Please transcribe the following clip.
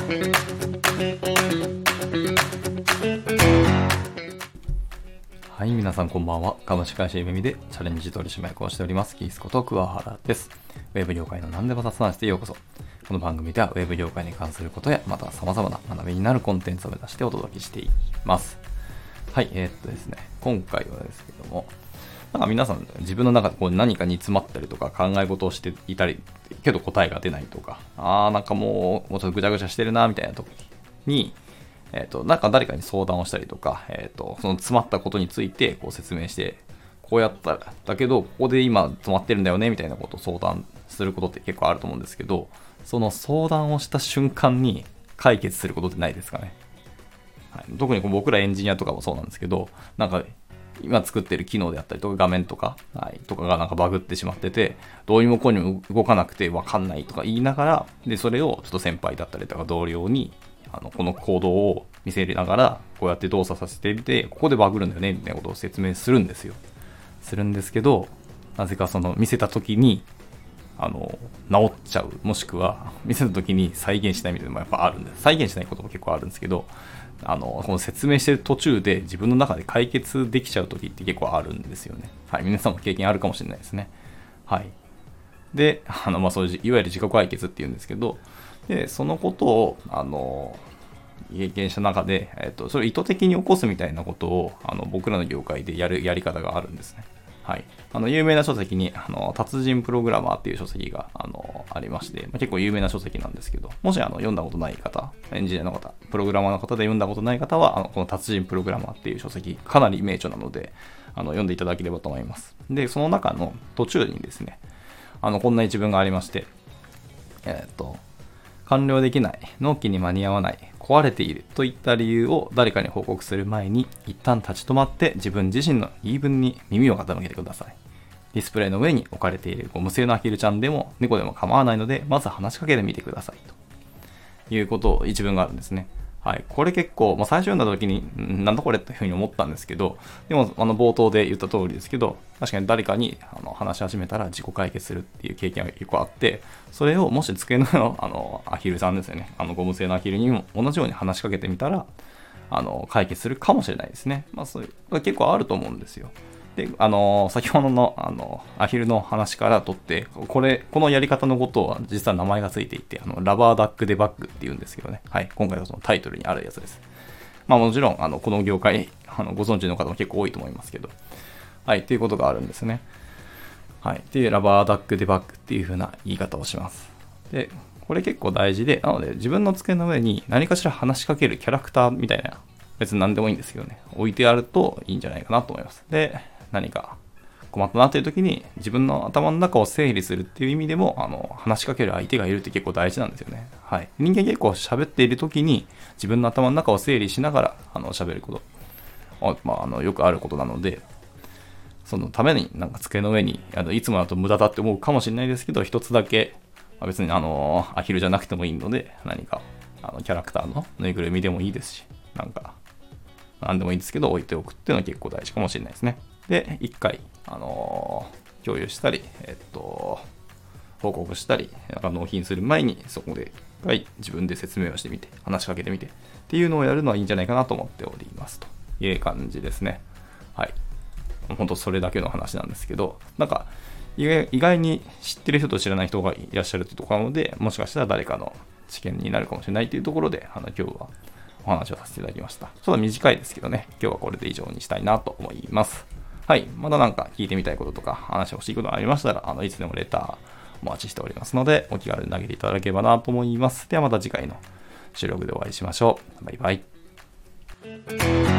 はい、皆さんこんばんは。株式会社ゆめみでチャレンジ取締役をしております、キースこと桑原です。ウェブ業界の何でも雑談してようこそ。この番組ではウェブ業界に関することや、また様々な学びになるコンテンツを目指してお届けしています。はい、ですね、今回はですけども、なんか皆さん自分の中でこう何かに詰まったりとか考え事をしていたり、けど答えが出ないとか、なんかもうちょっとぐちゃぐちゃしてるなみたいな時に、なんか誰かに相談をしたりとか、その詰まったことについてこう説明して、こうやったら、だけど、ここで今詰まってるんだよね、みたいなことを相談することって結構あると思うんですけど、その相談をした瞬間に解決することってないですかね。はい、特に僕らエンジニアとかもそうなんですけど、なんか、今作ってる機能であったりとか画面とか、とかがなんかバグってしまってて、どうにもこうにも動かなくてわかんないとか言いながら、で、それをちょっと先輩だったりとか同僚に、このコードを見せながら、こうやって動作させてみて、ここでバグるんだよね、みたいなことを説明するんですよ。するんですけど、なぜかその見せた時に、治っちゃう。もしくは、見せた時に再現しないみたいなのもやっぱあるんです。再現しないことも結構あるんですけど、この説明してる途中で自分の中で解決できちゃう時って結構あるんですよね。はい。皆さんも経験あるかもしれないですね。はい。で、そういう、いわゆる自己解決っていうんですけど、で、そのことを、経験した中で、それを意図的に起こすみたいなことを、僕らの業界でやるやり方があるんですね。はい。有名な書籍に、達人プログラマーっていう書籍が、ありまして、結構有名な書籍なんですけど、もし、読んだことない方、エンジニアの方、プログラマーの方で読んだことない方は、この達人プログラマーっていう書籍、かなり名著なので、読んでいただければと思います。で、その中の途中にですね、こんな一文がありまして、完了できない、納期に間に合わない、壊れているといった理由を誰かに報告する前に一旦立ち止まって自分自身の言い分に耳を傾けてください。ディスプレイの上に置かれているゴム製のアヒルちゃんでも猫でも構わないので、まず話しかけてみてくださいということを一文があるんですね。はい、これ結構、最初読んだ時になんだこれっていうふうに思ったんですけど、でも冒頭で言った通りですけど、確かに誰かに話し始めたら自己解決するっていう経験が結構あって、それをもし机の上のアヒルさんですよね、ゴム製のアヒルにも同じように話しかけてみたら解決するかもしれないですね。そういう結構あると思うんですよ。で、先ほどのアヒルの話からとって、このやり方のことは実は名前がついていて、ラバーダックデバッグって言うんですけどね。はい。今回はそのタイトルにあるやつです。もちろん、この業界、ご存知の方も結構多いと思いますけど。はい。っていうことがあるんですね。はい。っていうラバーダックデバッグっていう風な言い方をします。で、これ結構大事で、なので自分の机の上に何かしら話しかけるキャラクターみたいな、別に何でもいいんですけどね、置いてあるといいんじゃないかなと思います。で、何か困ったなっていう時に自分の頭の中を整理するっていう意味でも話しかける相手がいるって結構大事なんですよね。はい。人間結構喋っている時に自分の頭の中を整理しながら喋ることよくあることなので、そのためになんか机の上にいつもだと無駄だって思うかもしれないですけど、一つだけ別にアヒルじゃなくてもいいので、何かキャラクターのぬいぐるみでもいいですし、なんか何でもいいんですけど置いておくっていうのは結構大事かもしれないですね。で、一回、共有したり、報告したり、納品する前にそこで一回自分で説明をしてみて、話しかけてみてっていうのをやるのはいいんじゃないかなと思っておりますという感じですね。はい。本当それだけの話なんですけど、なんか意外に知ってる人と知らない人がいらっしゃるというところなので、もしかしたら誰かの知見になるかもしれないというところで、今日はお話をさせていただきました。ちょっと短いですけどね、今日はこれで以上にしたいなと思います。はい。まだなんか聞いてみたいこととか話してほしいことがありましたら、いつでもレターお待ちしておりますので、お気軽に投げていただければなと思います。ではまた次回の収録でお会いしましょう。バイバイ。